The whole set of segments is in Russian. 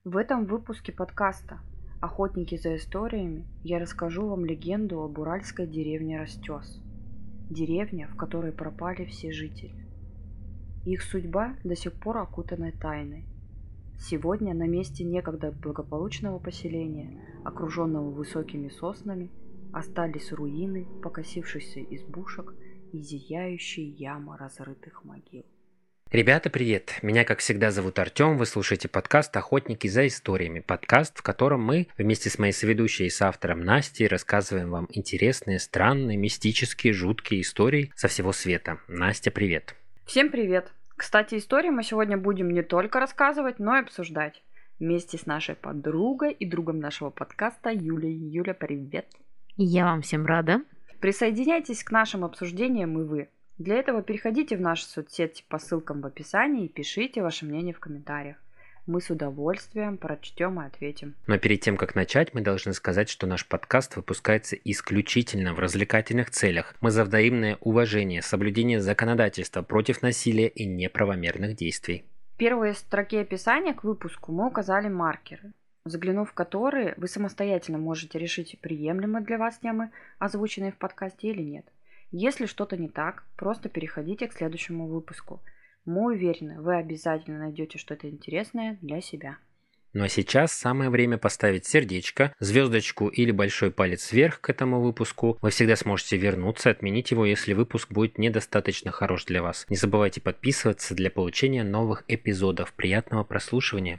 В этом выпуске подкаста «Охотники за историями» я расскажу вам легенду об уральской деревне Растёс. Деревня, в которой пропали все жители. Их судьба до сих пор окутана тайной. Сегодня на месте некогда благополучного поселения, окруженного высокими соснами, остались руины покосившихся избушек и зияющие ямы разрытых могил. Ребята, привет! Меня, как всегда, зовут Артем. Вы слушаете подкаст «Охотники за историями». Подкаст, в котором мы вместе с моей соведущей и соавтором Настей рассказываем вам интересные, странные, мистические, жуткие истории со всего света. Настя, привет! Всем привет! Кстати, истории мы сегодня будем не только рассказывать, но и обсуждать. Вместе с нашей подругой и другом нашего подкаста Юлей. Юля, привет! Я вам всем рада. Присоединяйтесь к нашим обсуждениям и вы. Для этого переходите в наши соцсети по ссылкам в описании и пишите ваше мнение в комментариях. Мы с удовольствием прочтем и ответим. Но перед тем, как начать, мы должны сказать, что наш подкаст выпускается исключительно в развлекательных целях. Мы за взаимное уважение, соблюдение законодательства против насилия и неправомерных действий. В первой строке описания к выпуску мы указали маркеры, заглянув в которые вы самостоятельно можете решить, приемлемы для вас темы, озвученные в подкасте или нет. Если что-то не так, просто переходите к следующему выпуску. Мы уверены, вы обязательно найдете что-то интересное для себя. Ну а сейчас самое время поставить сердечко, звездочку или большой палец вверх к этому выпуску. Вы всегда сможете вернуться, отменить его, если выпуск будет недостаточно хорош для вас. Не забывайте подписываться для получения новых эпизодов. Приятного прослушивания!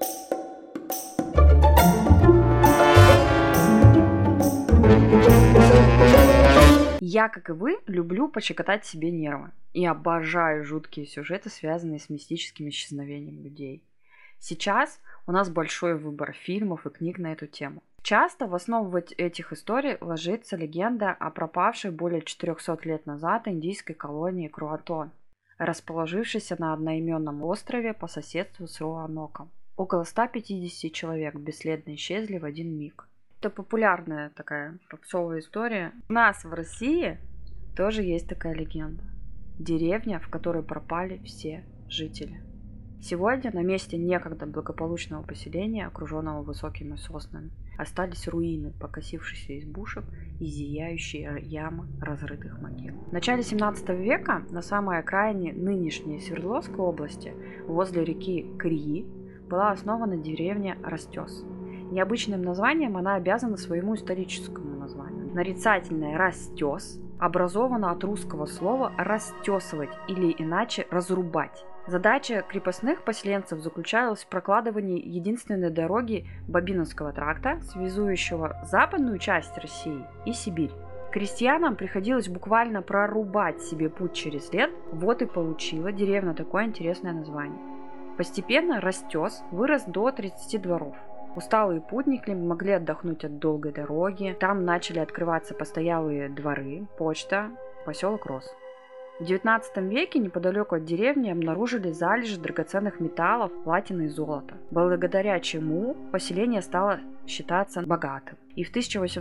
Я, как и вы, люблю пощекотать себе нервы и обожаю жуткие сюжеты, связанные с мистическим исчезновением людей. Сейчас у нас большой выбор фильмов и книг на эту тему. Часто в основу этих историй ложится легенда о пропавшей более 400 лет назад индийской колонии Круатон, расположившейся на одноименном острове по соседству с Роаноком. Около 150 человек бесследно исчезли в один миг. Это популярная такая попсовая история. У нас в России тоже есть такая легенда. Деревня, в которой пропали все жители. Сегодня на месте некогда благополучного поселения, окруженного высокими соснами, остались руины покосившихся избушек и зияющие ямы разрытых могил. В начале 17 века на самой окраине нынешней Свердловской области, возле реки Крии, была основана деревня Растёс. Необычным названием она обязана своему историческому названию. Нарицательное «растёс» образовано от русского слова «растёсывать» или иначе «разрубать». Задача крепостных поселенцев заключалась в прокладывании единственной дороги Бабиновского тракта, связующего западную часть России и Сибирь. Крестьянам приходилось буквально прорубать себе путь через лес, вот и получила деревня такое интересное название. Постепенно Растёс вырос до 30 дворов. Усталые путники могли отдохнуть от долгой дороги. Там начали открываться постоялые дворы, почта, поселок рос. В XIX веке неподалеку от деревни обнаружили залежи драгоценных металлов, платины и золота, благодаря чему поселение стало считаться богатым. И в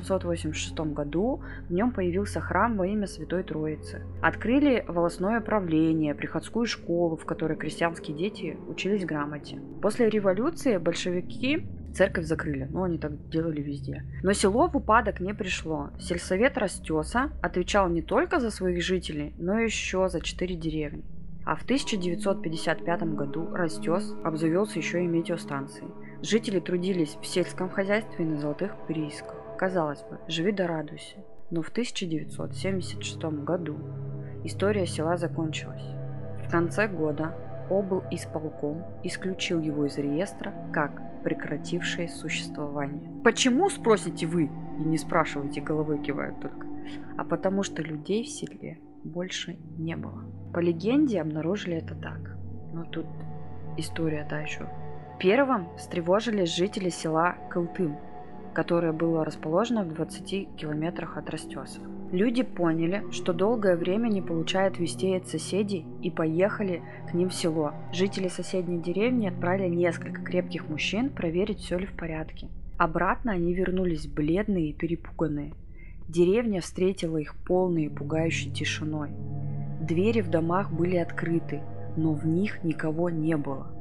1886 году в нем появился храм во имя Святой Троицы. Открыли волосное правление, приходскую школу, в которой крестьянские дети учились грамоте. После революции большевики церковь закрыли, они так делали везде. Но село в упадок не пришло. Сельсовет Растёса отвечал не только за своих жителей, но еще за 4 деревни. А в 1955 году Растёс обзавелся еще и метеостанцией. Жители трудились в сельском хозяйстве и на золотых приисках. Казалось бы, живи да радуйся. Но в 1976 году история села закончилась. В конце года облисполком исключил его из реестра как прекратившее существование. Почему, спросите вы? И не спрашивайте, головой кивают только. А потому что людей в селе больше не было. По легенде обнаружили это так. Но тут история та еще. Первым встревожились жители села Кылтым, которое было расположено в 20 километрах от Растёса. Люди поняли, что долгое время не получают вестей от соседей и поехали к ним в село. Жители соседней деревни отправили несколько крепких мужчин проверить, все ли в порядке. Обратно они вернулись бледные и перепуганные. Деревня встретила их полной и пугающей тишиной. Двери в домах были открыты, но в них никого не было.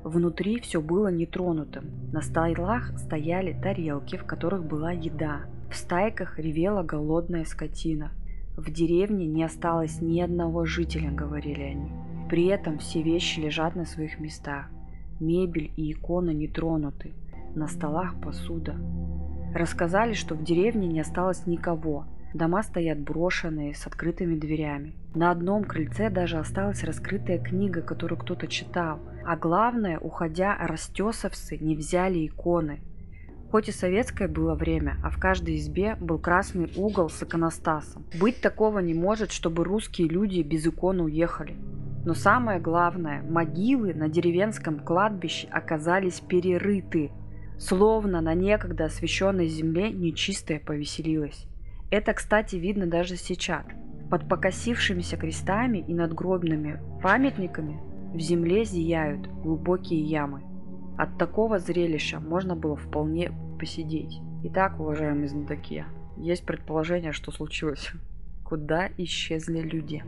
Внутри все было нетронутым. На столах стояли тарелки, в которых была еда. В стайках ревела голодная скотина. В деревне не осталось ни одного жителя, говорили они. При этом все вещи лежат на своих местах. Мебель и иконы не тронуты. На столах посуда. Рассказали, что в деревне не осталось никого. Дома стоят брошенные, с открытыми дверями. На одном крыльце даже осталась раскрытая книга, которую кто-то читал. А главное, уходя, растесовцы не взяли иконы. Хоть и советское было время, а в каждой избе был красный угол с иконостасом. Быть такого не может, чтобы русские люди без иконы уехали. Но самое главное, могилы на деревенском кладбище оказались перерыты. Словно на некогда освященной земле нечистое повеселилось. Это, кстати, видно даже сейчас. Под покосившимися крестами и надгробными памятниками в земле зияют глубокие ямы. От такого зрелища можно было вполне посидеть. Итак, уважаемые знатоки, есть предположение, что случилось. Куда исчезли люди?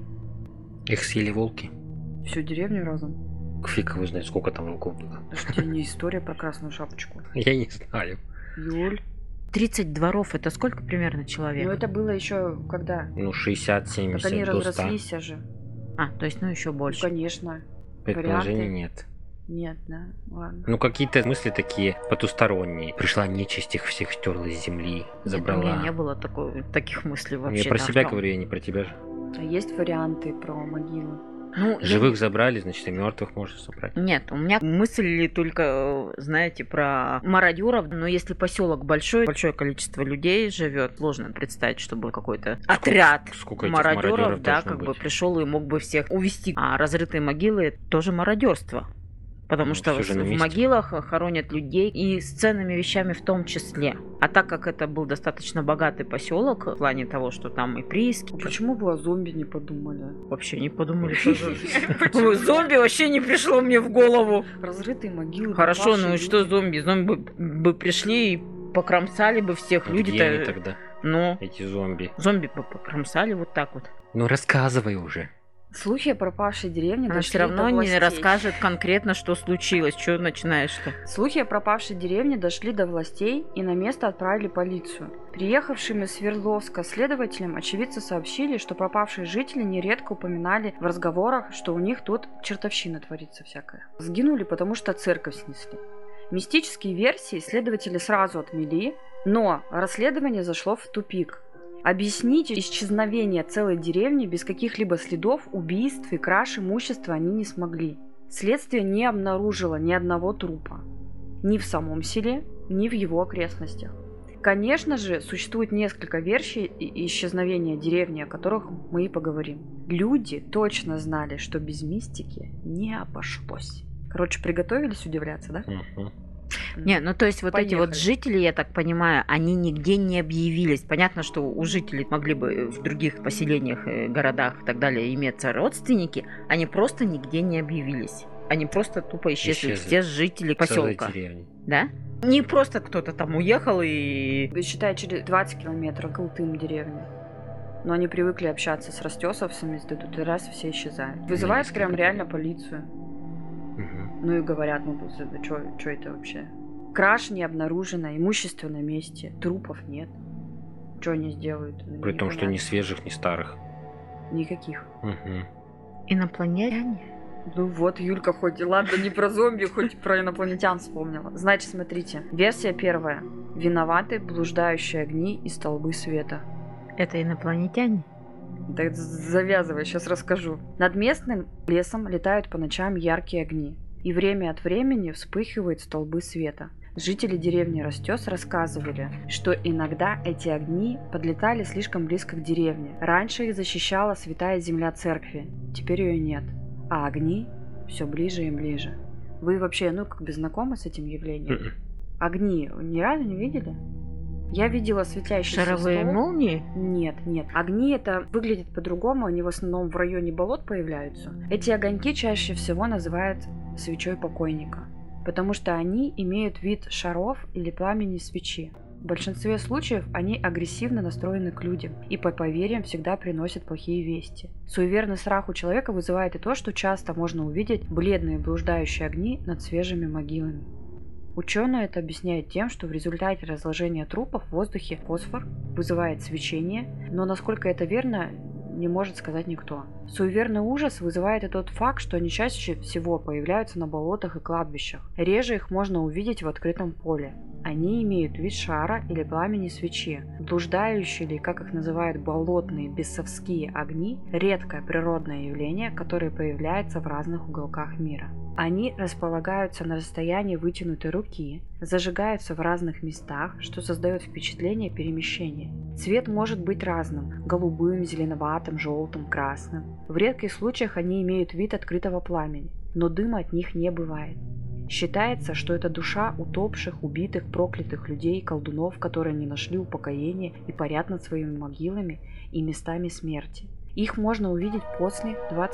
Их съели волки. Всю деревню разом? Фиг его знает, сколько там волков было. Это что, не история про красную шапочку? Я не знаю. Юль? 30 дворов, это сколько примерно человек? Ну это было еще когда? 60-70 Так они до 100. разрослись же. То есть, еще больше. Ну, конечно. Предположений Варианты? нет. Нет, да? Ладно. Ну, какие-то мысли такие потусторонние. Пришла нечисть, их всех стерла с земли, забрала. Нет, у меня не было таких мыслей вообще. Я про себя Артём. говорю, я не про тебя же. А есть варианты про могилы? Ну, Живых забрали, значит, и мертвых можно собрать. Нет, у меня мысли только, знаете, про мародеров. Но если поселок большое количество людей живет, сложно представить, чтобы какой-то отряд Сколько этих мародеров, да, должно как бы быть? пришел и мог бы всех увести. А разрытые могилы тоже мародерство. Потому Ну, что всё же на в месте. могилах хоронят людей и с ценными вещами в том числе. А так как это был достаточно богатый поселок, в плане того, что там и прииски, А почему вы о зомби не подумали? вообще не подумали, что зомби вообще не пришло мне в голову. Разрытые могилы. Хорошо, пропавшие ну и что люди. зомби? Зомби бы пришли и покромсали бы всех. Где они Люди-то... тогда, Ну, эти зомби? зомби бы покромсали вот так вот. Ну, рассказывай уже. Слухи о пропавшей деревне Она дошли все равно до не властей. расскажет конкретно, что случилось. Что начинаешь-то? Слухи о пропавшей деревне дошли до властей и на место отправили полицию. Приехавшим из Свердловска следователям очевидцы сообщили, что пропавшие жители нередко упоминали в разговорах, что у них тут чертовщина творится всякая. Сгинули, потому что церковь снесли. Мистические версии следователи сразу отмели, но расследование зашло в тупик. Объяснить исчезновение целой деревни без каких-либо следов убийств и краж имущества они не смогли. Следствие не обнаружило ни одного трупа. Ни в самом селе, ни в его окрестностях. Конечно же, существует несколько версий исчезновения деревни, о которых мы и поговорим. Люди точно знали, что без мистики не обошлось. Короче, приготовились удивляться, да? Мгм. Не, ну то есть вот эти вот Поехали. жители, я так понимаю, они нигде не объявились. Понятно, что у жителей могли бы в других поселениях, городах и так далее иметься родственники, они просто нигде не объявились. Они просто тупо исчезли, Исчезли. все жители Целой поселка. деревни. Да? Не просто кто-то там уехал и... Считай, через 20 километров к Алтым деревне. Но они привыкли общаться с растесовцами, тут и раз все исчезают. Вызывают Есть прям такое. реально полицию. Мгм. Ну и говорят, ну что это вообще? Краж не обнаружено, имущество на месте, трупов нет. Что они сделают? Ну, При том, что непонятно. ни свежих, ни старых. Никаких. Мгм. Инопланетяне? Ну вот, Юлька хоть, ладно, не про зомби, хоть про инопланетян вспомнила. Значит, смотрите. Версия первая. Виноваты блуждающие огни и столбы света. Это инопланетяне? Так завязывай, сейчас расскажу. Над местным лесом летают по ночам яркие огни. И время от времени вспыхивают столбы света. Жители деревни Растёс рассказывали, что иногда эти огни подлетали слишком близко к деревне. Раньше их защищала святая земля церкви, теперь ее нет. А огни все ближе и ближе. Вы вообще, как бы знакомы с этим явлением? Мгм. Огни ни разу не видели? Я видела светящийся Шаровые столб. молнии? Нет. Огни это выглядит по-другому, они в основном в районе болот появляются. Эти огоньки чаще всего называют свечой покойника, потому что они имеют вид шаров или пламени свечи. В большинстве случаев они агрессивно настроены к людям и по поверьям всегда приносят плохие вести. Суеверный страх у человека вызывает и то, что часто можно увидеть бледные блуждающие огни над свежими могилами. Ученые это объясняют тем, что в результате разложения трупов в воздухе фосфор вызывает свечение, но насколько это верно, не может сказать никто. Суеверный ужас вызывает и тот факт, что они чаще всего появляются на болотах и кладбищах. Реже их можно увидеть в открытом поле. Они имеют вид шара или пламени свечи. Блуждающие, или как их называют болотные бесовские огни, редкое природное явление, которое появляется в разных уголках мира. Они располагаются на расстоянии вытянутой руки, зажигаются в разных местах, что создает впечатление перемещения. Цвет может быть разным – голубым, зеленоватым, желтым, красным. В редких случаях они имеют вид открытого пламени, но дыма от них не бывает. Считается, что это душа утопших, убитых, проклятых людей, колдунов, которые не нашли упокоения и парят над своими могилами и местами смерти. Их можно увидеть после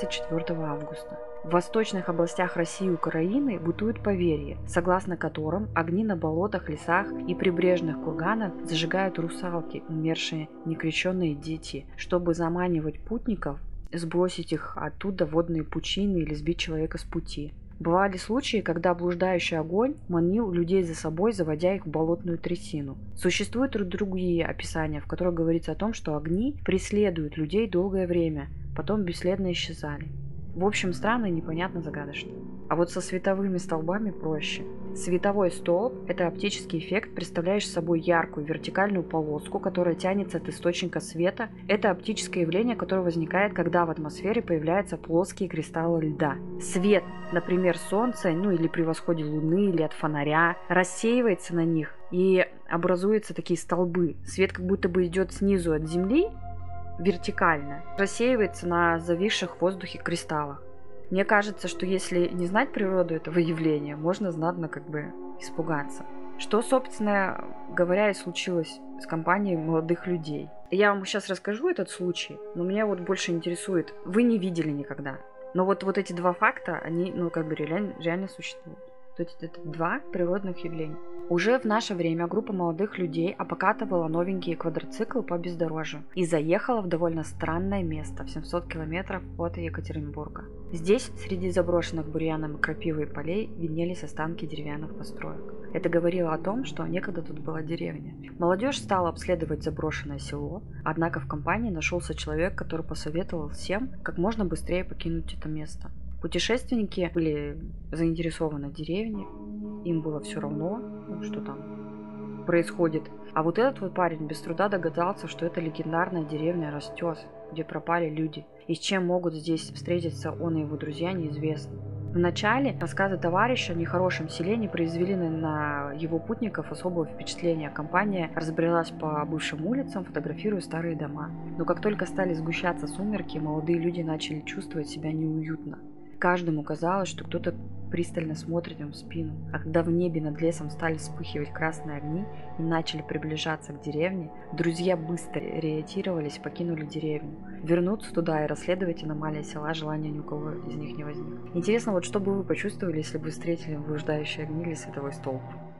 24 августа. В восточных областях России и Украины бытует поверье, согласно которым огни на болотах, лесах и прибрежных курганах зажигают русалки, умершие некрещенные дети, чтобы заманивать путников, сбросить их оттуда в водные пучины или сбить человека с пути. Бывали случаи, когда блуждающий огонь манил людей за собой, заводя их в болотную трясину. Существуют и другие описания, в которых говорится о том, что огни преследуют людей долгое время, потом бесследно исчезали. В общем, странно и непонятно загадочно. А вот со световыми столбами проще. Световой столб – это оптический эффект, представляющий собой яркую вертикальную полоску, которая тянется от источника света. Это оптическое явление, которое возникает, когда в атмосфере появляются плоские кристаллы льда. Свет, например, солнца, или при восходе луны, или от фонаря, рассеивается на них и образуются такие столбы. Свет как будто бы идет снизу от земли, вертикально, рассеивается на зависших в воздухе кристаллах. Мне кажется, что если не знать природу этого явления, можно знатно испугаться. Что, собственно говоря, и случилось с компанией молодых людей. Я вам сейчас расскажу этот случай, но меня больше интересует, вы не видели никогда. Но вот эти два факта, они реально существуют. То есть это два природных явления. Уже в наше время группа молодых людей обкатывала новенькие квадроциклы по бездорожью и заехала в довольно странное место в 700 километров от Екатеринбурга. Здесь, среди заброшенных бурьяном и крапивой полей, виднелись останки деревянных построек. Это говорило о том, что некогда тут была деревня. Молодежь стала обследовать заброшенное село, однако в компании нашелся человек, который посоветовал всем как можно быстрее покинуть это место. Путешественники были заинтересованы деревней, им было все равно, что там происходит. А вот этот парень без труда догадался, что это легендарная деревня Растёс, где пропали люди. И с чем могут здесь встретиться он и его друзья, неизвестно. Вначале рассказы товарища о нехорошем селе не произвели на его путников особого впечатления. Компания разбрелась по бывшим улицам, фотографируя старые дома. Но как только стали сгущаться сумерки, молодые люди начали чувствовать себя неуютно. Каждому казалось, что кто-то пристально смотрит им в спину. А когда в небе над лесом стали вспыхивать красные огни и начали приближаться к деревне, друзья быстро ориентировались, покинули деревню. Вернуться туда и расследовать аномалии села желания ни у кого из них не возникло. Интересно, что бы вы почувствовали, если бы встретили блуждающие огни или световой столб?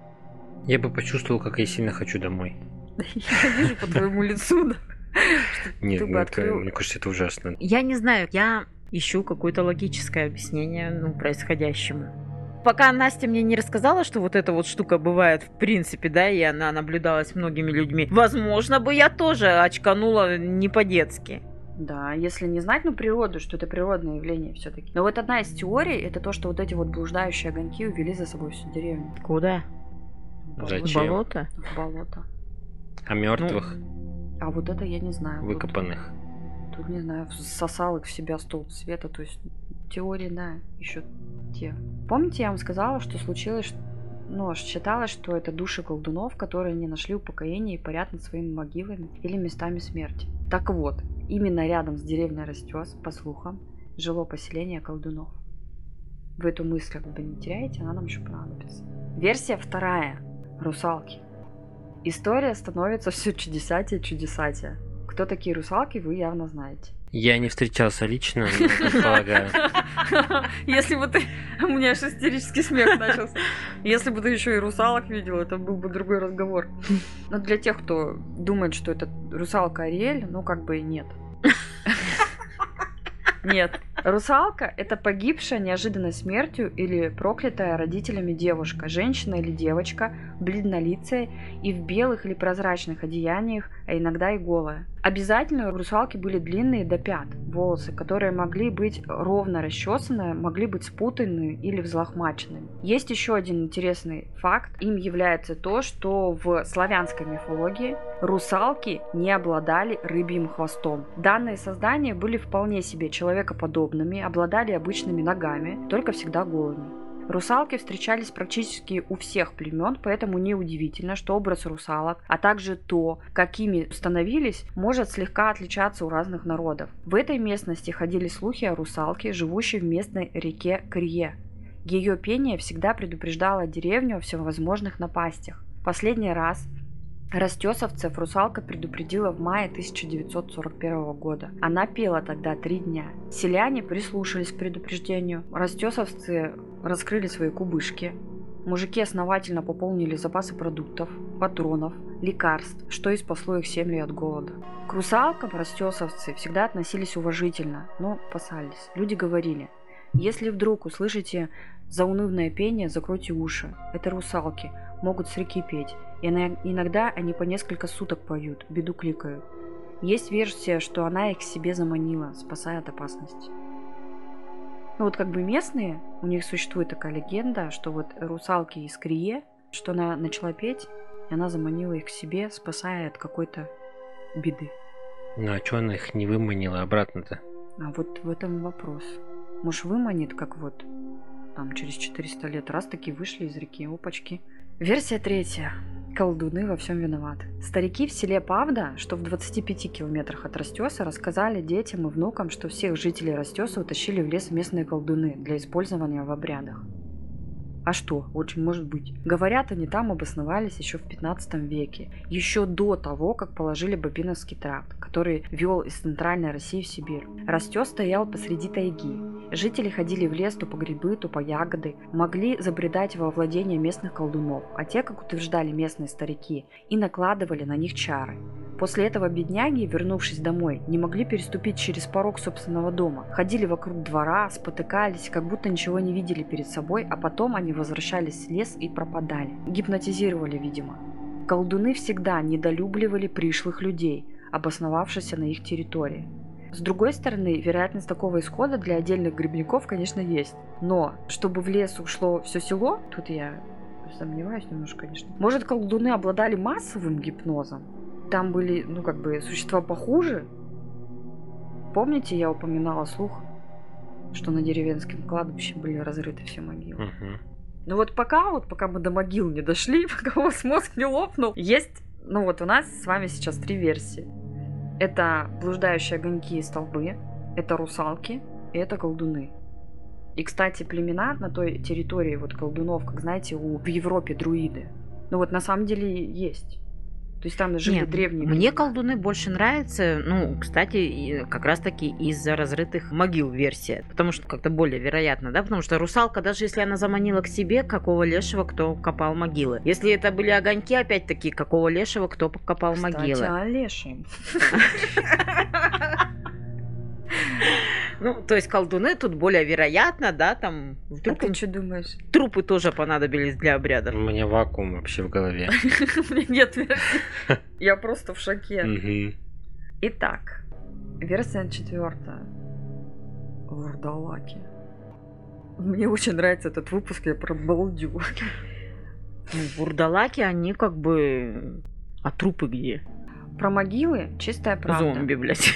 Я бы почувствовал, как я сильно хочу домой. Я вижу по твоему лицу, да. Нет, мне кажется, это ужасно. Я не знаю, я ищу какое-то логическое объяснение происходящему. Пока Настя мне не рассказала, что вот эта штука бывает в принципе, да, и она наблюдалась многими людьми, возможно бы я тоже очканула не по-детски. Да, если не знать, природу, что это природное явление все-таки. Но одна из теорий, это то, что эти блуждающие огоньки увели за собой всю деревню. Куда? Зачем? В болото? В болото. А мертвых? А это я не знаю. Выкопанных. Тут не знаю, сосал их в себя столб света, то есть теории, да, еще те. Помните, я вам сказала, что случилось, считалось, что это души колдунов, которые не нашли упокоения и парят над своими могилами или местами смерти. Так вот, именно рядом с деревней Растёс, по слухам, жило поселение колдунов. Вы эту мысль не теряете, она нам еще понадобится. Версия вторая. Русалки. История становится все чудесатее и чудесатее. Кто такие русалки, вы явно знаете. Я не встречался лично, но предполагаю. Если бы ты... У меня аж истерический смех начался. Если бы ты еще и русалок видел, это был бы другой разговор. Но для тех, кто думает, что это русалка Ариэль, ну как бы и нет. Нет. Русалка – это погибшая неожиданной смертью или проклятая родителями девушка, женщина или девочка, бледнолицая и в белых или прозрачных одеяниях, а иногда и голая. Обязательно у русалки были длинные до пят волосы, которые могли быть ровно расчесаны, могли быть спутаны или взлохмачены. Есть еще один интересный факт. Им является то, что в славянской мифологии русалки не обладали рыбьим хвостом. Данные создания были вполне себе человекоподобными, обладали обычными ногами, только всегда голыми. Русалки встречались практически у всех племен, поэтому неудивительно, что образ русалок, а также то, какими становились, может слегка отличаться у разных народов. В этой местности ходили слухи о русалке, живущей в местной реке Крие. Ее пение всегда предупреждало деревню о всевозможных напастях. Последний раз растесовцев русалка предупредила в мае 1941 года. Она пела тогда 3 дня. Селяне прислушались к предупреждению. Растесовцы раскрыли свои кубышки. Мужики основательно пополнили запасы продуктов, патронов, лекарств, что и спасло их семьи от голода. К русалкам растесовцы всегда относились уважительно, но опасались. Люди говорили: если вдруг услышите заунывное пение, закройте уши. Это русалки, могут с реки петь. И иногда они по несколько суток поют, беду кликают. Есть версия, что она их к себе заманила, спасая от опасности. Ну вот как бы местные, у них существует такая легенда, что вот русалки из Крие, что она начала петь, и она заманила их к себе, спасая от какой-то беды. Ну а что она их не выманила обратно-то? А вот в этом вопрос. Может, выманит, как вот там через 400 лет, раз таки вышли из реки, опачки. Версия 3. Колдуны во всем виноваты. Старики в селе Павда, что в 25 километрах от Растеса, рассказали детям и внукам, что всех жителей Растеса утащили в лес местные колдуны для использования в обрядах. А что? Очень может быть. Говорят, они там обосновались еще в 15 веке, еще до того, как положили Бабиновский тракт, который вел из центральной России в Сибирь. Растес стоял посреди тайги. Жители ходили в лес то по грибы, то по ягоды, могли забредать во владение местных колдунов, а те, как утверждали местные старики, и накладывали на них чары. После этого бедняги, вернувшись домой, не могли переступить через порог собственного дома. Ходили вокруг двора, спотыкались, как будто ничего не видели перед собой, а потом они возвращались в лес и пропадали. Гипнотизировали, видимо. Колдуны всегда недолюбливали пришлых людей, обосновавшихся на их территории. С другой стороны, вероятность такого исхода для отдельных грибников, конечно, есть. Но чтобы в лес ушло все село, тут я сомневаюсь немножко, конечно. Может, колдуны обладали массовым гипнозом? Там были, существа похуже. Помните, я упоминала слух, что на деревенском кладбище были разрыты все могилы? Ну вот пока мы до могил не дошли, пока у вас мозг не лопнул, есть, у нас с вами сейчас 3 версии. Это блуждающие огоньки и столбы, это русалки и это колдуны. И, кстати, племена на той территории колдунов, как знаете, в Европе друиды. На самом деле есть. То есть там жили древние. Мне колдуны больше нравятся, кстати, как раз таки из-за разрытых могил версия. Потому что как-то более вероятно, да? Потому что русалка, даже если она заманила к себе, какого лешего, кто копал могилы. Если это были огоньки, опять-таки, какого лешего, кто копал могилы. Кстати, о лешем. То есть колдуны тут более вероятно, да, там... Вдруг ты что думаешь? Трупы тоже понадобились для обрядов. У меня вакуум вообще в голове. У меня нет версии. Я просто в шоке. Итак, версия 4. Вурдалаки. Мне очень нравится этот выпуск, я прям балдю. Вурдалаки, они как бы... А трупы где? Про могилы чистая правда. Зомби, блядь.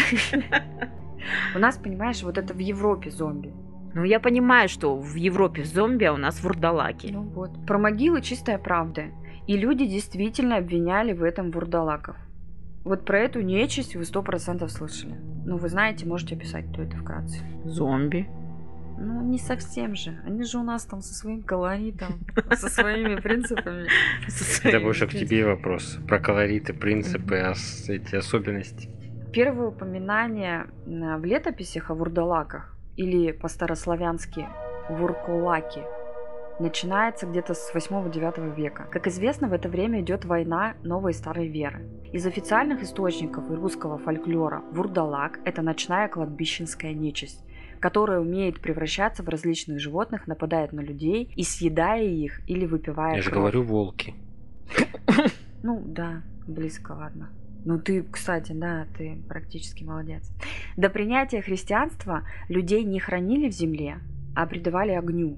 У нас, понимаешь, это в Европе зомби. Я понимаю, что в Европе зомби, а у нас вурдалаки. Про могилы чистая правда. И люди действительно обвиняли в этом вурдалаков. Про эту нечисть вы 100% слышали. Вы знаете, можете описать, кто это вкратце. Зомби. Не совсем же. Они же у нас там со своим колоритом, со своими принципами. Это больше к тебе вопрос. Про колориты, принципы, эти особенности. Первые упоминания в летописях о вурдалаках, или по-старославянски вуркулаки, начинается где-то с 8-9 века. Как известно, в это время идет война новой и старой веры. Из официальных источников и русского фольклора вурдалак – это ночная кладбищенская нечисть, которая умеет превращаться в различных животных, нападает на людей и съедая их или выпивая Я же кровь. говорю волки. Ну да, близко, ладно. Ну ты, кстати, да, ты практически молодец. До принятия христианства людей не хранили в земле, а предавали огню.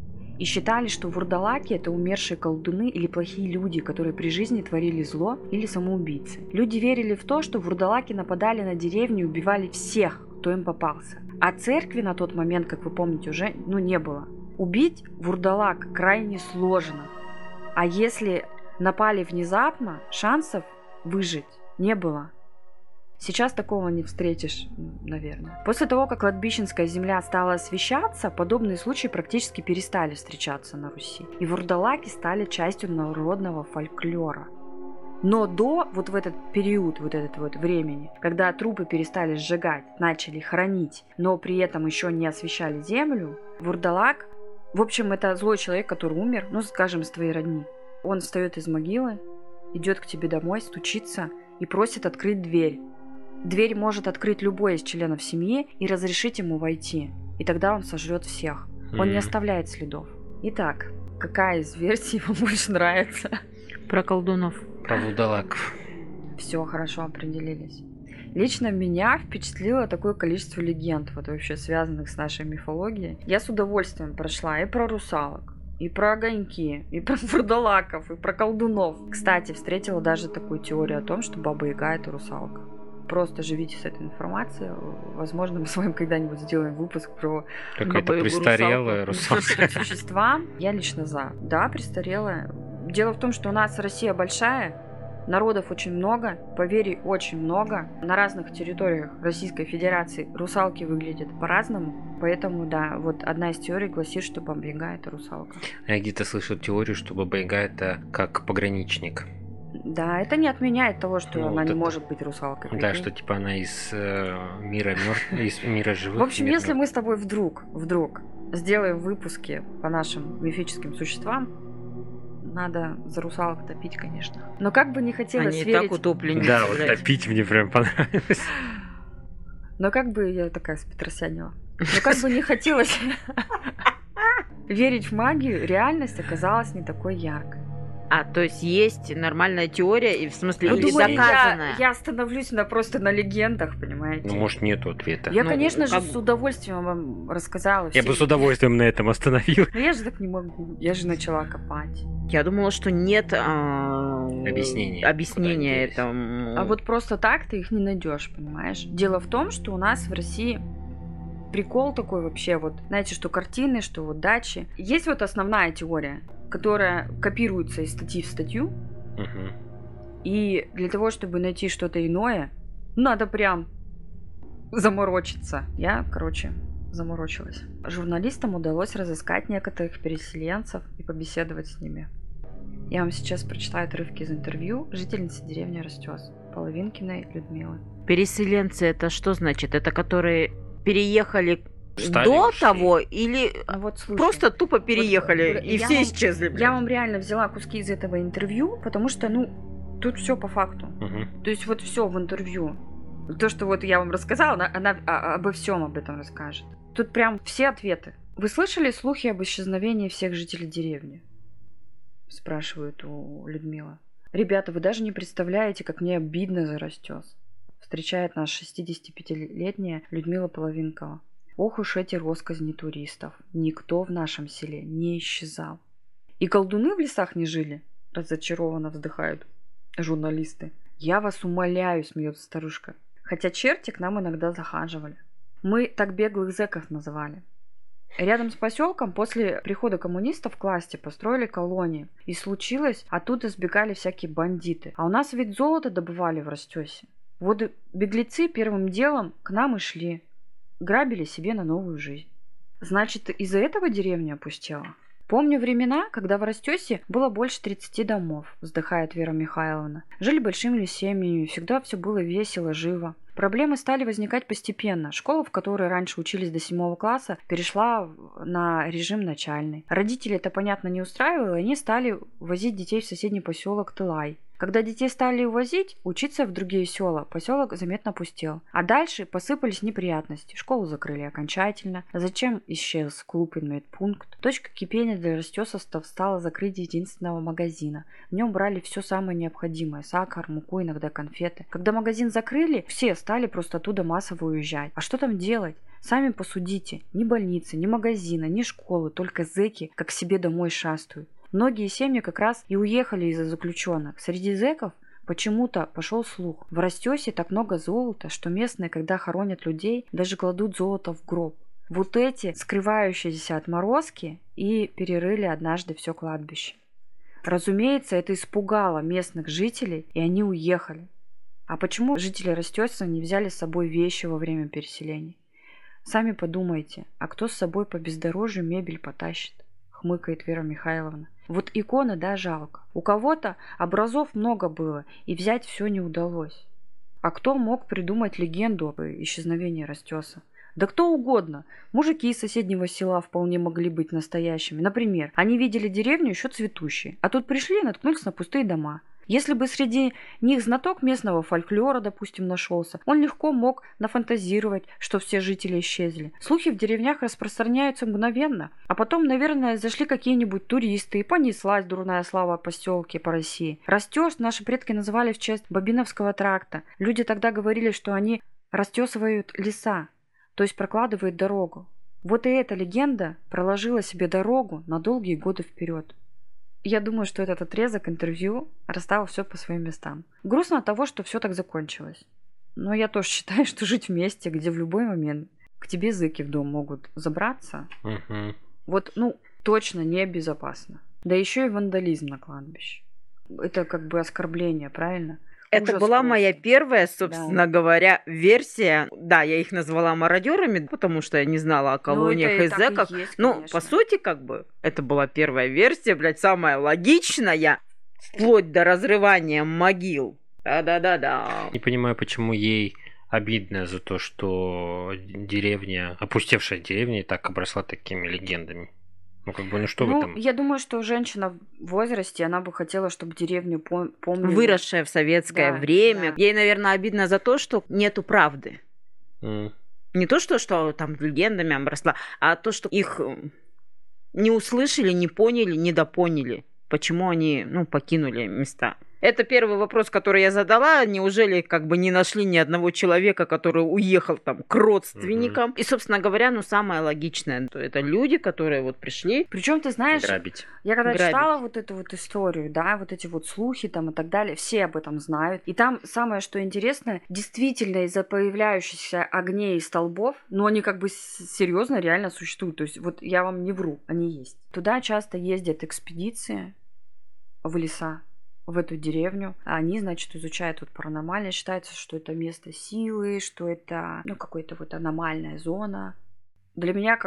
И считали, что вурдалаки – это умершие колдуны или плохие люди, которые при жизни творили зло, или самоубийцы. Люди верили в то, что вурдалаки нападали на деревню и убивали всех, кто им попался. А церкви на тот момент, как вы помните, уже не было. Убить вурдалак крайне сложно. А если напали внезапно, шансов выжить не было. Сейчас такого не встретишь, наверное. После того, как кладбищенская земля стала освещаться, подобные случаи практически перестали встречаться на Руси. И вурдалаки стали частью народного фольклора. Но в этот период, времени, когда трупы перестали сжигать, начали хоронить, но при этом еще не освещали землю, вурдалак, в общем, это злой человек, который умер, скажем, с твоей родни. Он встает из могилы, идет к тебе домой, стучится и просит открыть дверь. Дверь может открыть любой из членов семьи и разрешить ему войти. И тогда он сожрет всех. Он не оставляет следов. Итак, какая из версий вам больше нравится? Про колдунов. Про вурдалаков. Все, хорошо, определились. Лично меня впечатлило такое количество легенд, вообще связанных с нашей мифологией. Я с удовольствием прошла и про русалок, и про огоньки, и про вурдалаков, и про колдунов. Кстати, встретила даже такую теорию о том, что Баба-Яга – это русалка. Просто живите с этой информацией. Возможно, мы с вами когда-нибудь сделаем выпуск про какая-то престарелая русалка. Существа. Я лично за. Да, престарелая. Дело в том, что у нас Россия большая, народов очень много, поверий очень много. На разных территориях Российской Федерации русалки выглядят по-разному. Поэтому, да, одна из теорий гласит, что Баба-Яга – это русалка. Я где-то слышал теорию, что Баба-Яга – это как пограничник. Да, это не отменяет того, что она не может быть русалкой. Да, что типа она из мира мертвых, из мира живых. В общем, если мы с тобой вдруг сделаем выпуски по нашим мифическим существам, надо за русалок топить, конечно. Но как бы не хотелось Они верить... так утоплены. Да, топить мне прям понравилось. Но как бы я такая с Петросянева. Но как бы не хотелось верить в магию, реальность оказалась не такой яркой. То есть нормальная теория, и в смысле или думали, доказанная? Я остановлюсь просто на легендах, понимаете? Может, нету ответа. Я, конечно же, с удовольствием вам рассказала. Я бы с удовольствием на этом остановил. Но я же так не могу. Я же начала копать. Я думала, что нет объяснения этому. А просто так ты их не найдешь, понимаешь? Дело в том, что у нас в России прикол такой вообще, знаете, что картины, что дачи. Есть основная теория, которая копируется из статьи в статью. Угу. И для того, чтобы найти что-то иное, надо прям заморочиться. Я, заморочилась. Журналистам удалось разыскать некоторых переселенцев и побеседовать с ними. Я вам сейчас прочитаю отрывки из интервью жительницы деревни Ростёс, Половинкиной Людмилы. Переселенцы это что значит? Это которые переехали Встали, до ушли. того или просто тупо переехали и все исчезли? Я вам реально взяла куски из этого интервью, потому что, тут все по факту. Угу. То есть все в интервью. То, что я вам рассказала, она обо всем об этом расскажет. Тут прям все ответы. Вы слышали слухи об исчезновении всех жителей деревни? Спрашивает у Людмилы. Ребята, вы даже не представляете, как мне обидно за Ростёс. Встречает нас 65-летняя Людмила Половинкова. Ох уж эти россказни туристов. Никто в нашем селе не исчезал. И колдуны в лесах не жили? Разочарованно вздыхают журналисты. Я вас умоляю, смеется старушка. Хотя черти к нам иногда захаживали. Мы так беглых зэков называли. Рядом с поселком после прихода коммунистов к власти построили колонии. И случилось, оттуда сбегали всякие бандиты. А у нас ведь золото добывали в Ростёсе. Беглецы первым делом к нам и шли. Грабили себе на новую жизнь. Значит, из-за этого деревня опустела? Помню времена, когда в Ростёсе было больше 30 домов, вздыхает Вера Михайловна. Жили большими семьями, всегда все было весело, живо. Проблемы стали возникать постепенно. Школа, в которой раньше учились до 7 класса, перешла на режим начальный. Родители это, понятно, не устраивало, и они стали возить детей в соседний поселок Тылай. Когда детей стали увозить, учиться в другие села, поселок заметно пустел. А дальше посыпались неприятности. Школу закрыли окончательно. Зачем исчез клуб и медпункт? Точка кипения для растесовцев стало закрытие единственного магазина. В нем брали все самое необходимое. Сахар, муку, иногда конфеты. Когда магазин закрыли, все стали просто оттуда массово уезжать. А что там делать? Сами посудите. Ни больницы, ни магазина, ни школы, только зэки как к себе домой шастают. Многие семьи как раз и уехали из-за заключенных. Среди зэков почему-то пошел слух. В Растёсе так много золота, что местные, когда хоронят людей, даже кладут золото в гроб. Вот эти скрывающиеся отморозки и перерыли однажды все кладбище. Разумеется, это испугало местных жителей, и они уехали. А почему жители Растёса не взяли с собой вещи во время переселения? Сами подумайте, а кто с собой по бездорожью мебель потащит? Хмыкает Вера Михайловна. Вот иконы, да, жалко. У кого-то образов много было, и взять все не удалось. А кто мог придумать легенду об исчезновении Растёса? Да кто угодно. Мужики из соседнего села вполне могли быть настоящими. Например, они видели деревню еще цветущей, а тут пришли и наткнулись на пустые дома. Если бы среди них знаток местного фольклора, допустим, нашелся, он легко мог нафантазировать, что все жители исчезли. Слухи в деревнях распространяются мгновенно, а потом, наверное, зашли какие-нибудь туристы, и понеслась дурная слава о поселке по России. Растёс наши предки называли в честь Бобиновского тракта. Люди тогда говорили, что они растесывают леса, то есть прокладывают дорогу. Вот и эта легенда проложила себе дорогу на долгие годы вперед. Я думаю, что этот отрезок интервью расставил все по своим местам. Грустно от того, что все так закончилось. Но я тоже считаю, что жить в месте, где в любой момент к тебе зэки в дом могут забраться, вот, точно небезопасно. Да еще и вандализм на кладбище. Это как бы оскорбление, правильно? Это Ужас была просто. моя первая, собственно говоря, версия. Да, я их назвала мародерами, потому что я не знала о колониях и зэках. Ну, по сути, как бы, это была первая версия, блядь, самая логичная, вплоть до разрывания могил. Да-да-да-да. Не понимаю, почему ей обидно за то, что деревня, опустевшая деревня, и так обросла такими легендами. Что в этом? Я думаю, что женщина в возрасте, она бы хотела, чтобы деревню помнили. Выросшая в советское время. Да. Ей, наверное, обидно за то, что нету правды. Не то, что там легендами обросла, а то, что их не услышали, не поняли, недопоняли. Почему они, покинули места. Это первый вопрос, который я задала. Неужели не нашли ни одного человека, который уехал там к родственникам? И, собственно говоря, самое логичное, это люди, которые вот пришли. Причем ты знаешь, грабить. Я когда читала вот эту вот историю, да, вот эти вот слухи там и так далее, все об этом знают. И там самое, что интересно, действительно из-за появляющихся огней и столбов, они серьезно, реально существуют. То есть вот я вам не вру, они есть. Туда часто ездят экспедиции в леса, в эту деревню. Они, значит, изучают паранормальное. Считается, что это место силы, что это, какая-то аномальная зона. Для меня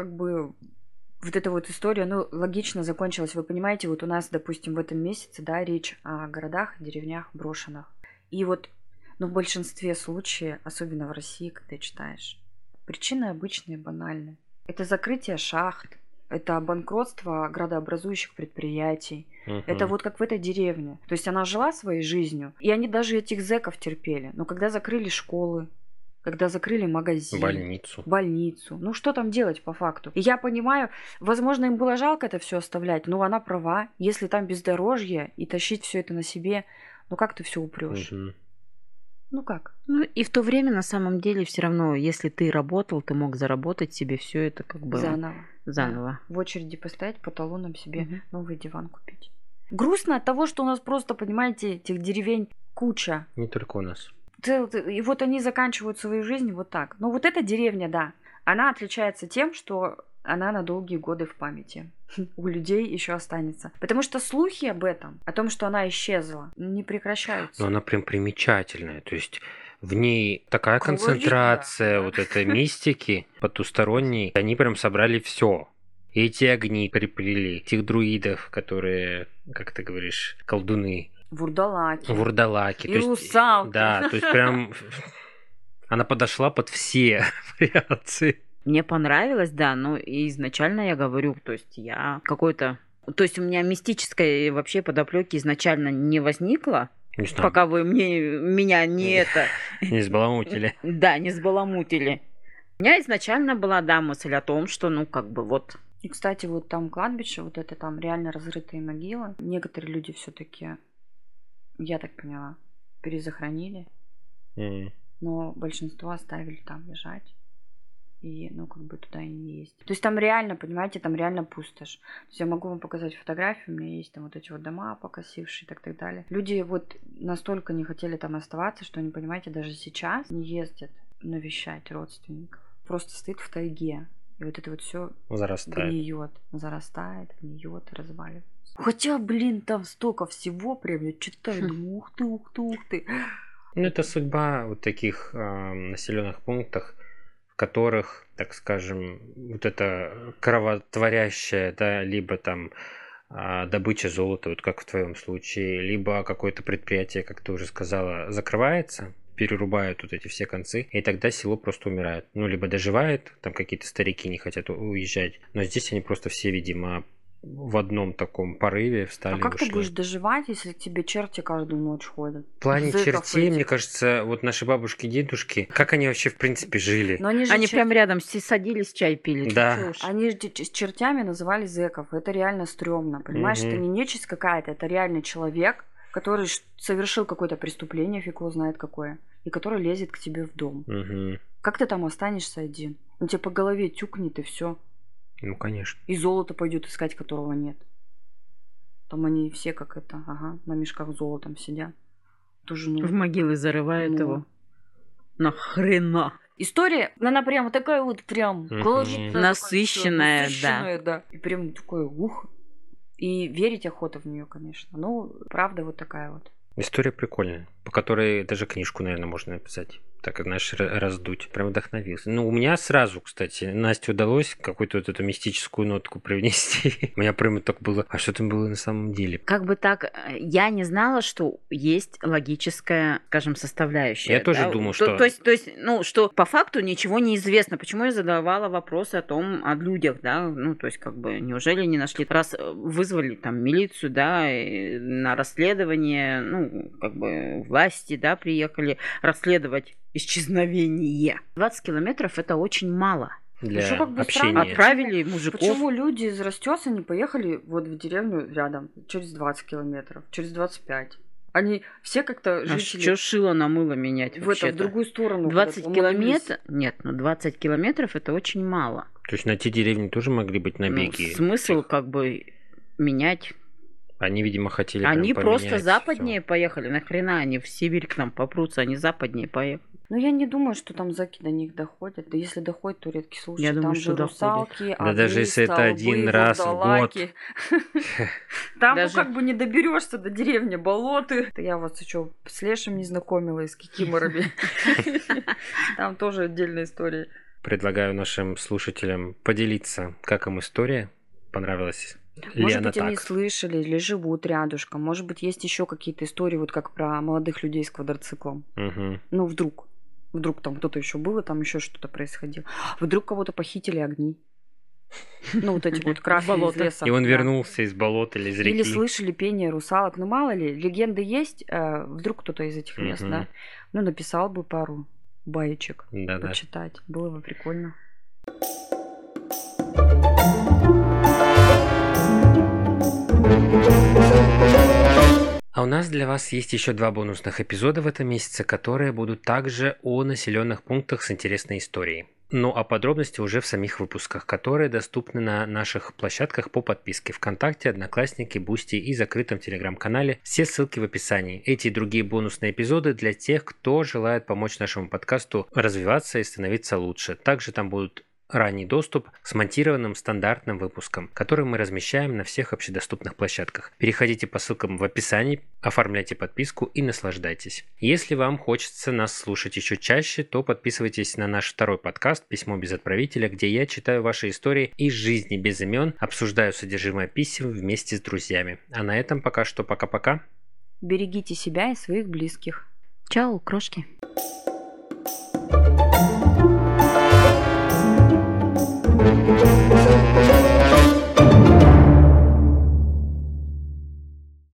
вот эта вот история, логично закончилась. Вы понимаете, вот у нас, допустим, в этом месяце, да, речь о городах, деревнях брошенных. И в большинстве случаев, особенно в России, когда читаешь, причины обычные, банальные. Это закрытие шахт, это банкротство градообразующих предприятий. Это вот как в этой деревне. То есть она жила своей жизнью, и они даже этих зэков терпели. Но когда закрыли школы, когда закрыли магазин, больницу, что там делать по факту? И я понимаю, возможно, им было жалко это все оставлять, но она права. Если там бездорожье и тащить все это на себе, как ты все упрешь? Как? И в то время, на самом деле, все равно, если ты работал, ты мог заработать себе все это заново. Да. В очереди постоять, по талонам себе новый диван купить. Грустно от того, что у нас просто, понимаете, этих деревень куча. Не только у нас. И вот они заканчивают свою жизнь вот так. Но вот эта деревня, да, она отличается тем, что она на долгие годы в памяти у людей еще останется. Потому что слухи об этом, о том, что она исчезла, не прекращаются. Но она прям примечательная. То есть в ней такая концентрация вот этой мистики потусторонней. Они прям собрали все. И эти огни приплели, этих друидов, которые, как ты говоришь, колдуны. Вурдалаки. И русалки. Да, то есть прям... Она подошла под все вариации. Мне понравилось, да, но и изначально я говорю, то есть то есть у меня мистической вообще подоплеки изначально не возникло, Не знаю, пока вы меня не это... не сбаламутили. Да, не сбаламутили. У меня изначально была, да, мысль о том, что, вот... И, кстати, вот там кладбище, вот это там реально разрытые могилы. Некоторые люди все-таки, я так поняла, перезахоронили, но большинство оставили там лежать. И, туда и не есть. То есть там реально, понимаете, там реально пустошь. То есть я могу вам показать фотографии, у меня есть там вот эти вот дома покосившие и так далее. Люди вот настолько не хотели там оставаться, что они, понимаете, даже сейчас не ездят навещать родственников. Просто стоит в тайге. И вот это вот все гниет, зарастает, гниет и разваливается. Хотя, там столько всего, прям я читаю, думаю, ух ты. Ну, это судьба вот таких населенных пунктах, в которых, так скажем, вот это кровотворящая, да, либо там добыча золота, вот как в твоем случае, либо какое-то предприятие, как ты уже сказала, закрывается, перерубают вот эти все концы, и тогда село просто умирает. Ну, либо доживает, там какие-то старики не хотят уезжать, но здесь они просто все, видимо, в одном таком порыве встали. А как ты будешь доживать, если к тебе черти каждую ночь ходят? В плане чертей, мне кажется, вот наши бабушки, дедушки, как они вообще в принципе жили? Но они прям рядом садились, чай пили. Да. Они с чертями называли зэков. Это реально стрёмно, понимаешь? Это не нечисть какая-то, это реальный человек, который совершил какое-то преступление, фиг его знает какое, и который лезет к тебе в дом. Как ты там останешься один? Он тебе по голове тюкнет и все. Ну, конечно. И золото пойдет искать, которого нет. Там они все как на мешках с золотом сидят. Тоже, в могилы зарывают его. Нахрена? История, она прям такая вот прям насыщенная, да. И прям такой И верить охота в нее, конечно. Ну, правда вот такая вот. История прикольная, по которой даже книжку, наверное, можно написать. Так, знаешь, раздуть. Прям вдохновился. Ну, у меня сразу, кстати, Насте удалось какую-то вот эту мистическую нотку привнести. У меня прямо так было. А что там было на самом деле? Как бы так, я не знала, что есть логическая, скажем, составляющая. Я тоже думал, что... То есть, что по факту ничего не известно. Почему я задавала вопросы о людях, да? Ну, то есть, неужели не нашли? Раз вызвали там милицию, да, на расследование, власти, да, приехали расследовать исчезновение. 20 километров это очень мало. Для общения. Отправили мужиков. Почему люди из Растёса не поехали вот в деревню рядом через 20 километров, через 25? Они все как-то жители... А что шило на мыло менять в другую сторону. 20 километров? Нет, 20 километров это очень мало. То есть на те деревни тоже могли быть набеги? Смысл менять... Они, видимо, хотели Они просто поменять западнее поехали. Нахрена они в Сибирь к нам попрутся, они западнее поехали. Ну, я не думаю, что там зэки до них доходят. Да если доходят, то редкий случай. Я думаю, там что же русалки, да даже если это один раз в год. Там не доберешься до деревни, болоты. Я вас еще с Лешем не знакомила и с кикиморами. Там тоже отдельная история. Предлагаю нашим слушателям поделиться, как им история понравилась. Может быть, они слышали или живут рядышком. Может быть, есть еще какие-то истории, вот как про молодых людей с квадроциклом. Ну, вдруг там кто-то еще был, и там еще что-то происходило. Вдруг кого-то похитили огни. Ну, вот эти вот красные из леса. И он вернулся из болота или из реки. Или слышали пение русалок. Ну, мало ли, легенды есть. Вдруг кто-то из этих мест, да? Ну, написал бы пару баечек почитать. Было бы прикольно. А у нас для вас есть еще 2 бонусных эпизода в этом месяце, которые будут также о населенных пунктах с интересной историей. Ну а подробности уже в самих выпусках, которые доступны на наших площадках по подписке ВКонтакте, Одноклассники, Бусти и закрытом Телеграм-канале. Все ссылки в описании. Эти и другие бонусные эпизоды для тех, кто желает помочь нашему подкасту развиваться и становиться лучше. Также там будут ранний доступ к смонтированным стандартным выпускам, которые мы размещаем на всех общедоступных площадках. Переходите по ссылкам в описании, оформляйте подписку и наслаждайтесь. Если вам хочется нас слушать еще чаще, то подписывайтесь на наш второй подкаст «Письмо без отправителя», где я читаю ваши истории из жизни без имен, обсуждаю содержимое писем вместе с друзьями. А на этом пока что пока-пока. Берегите себя и своих близких. Чао, крошки.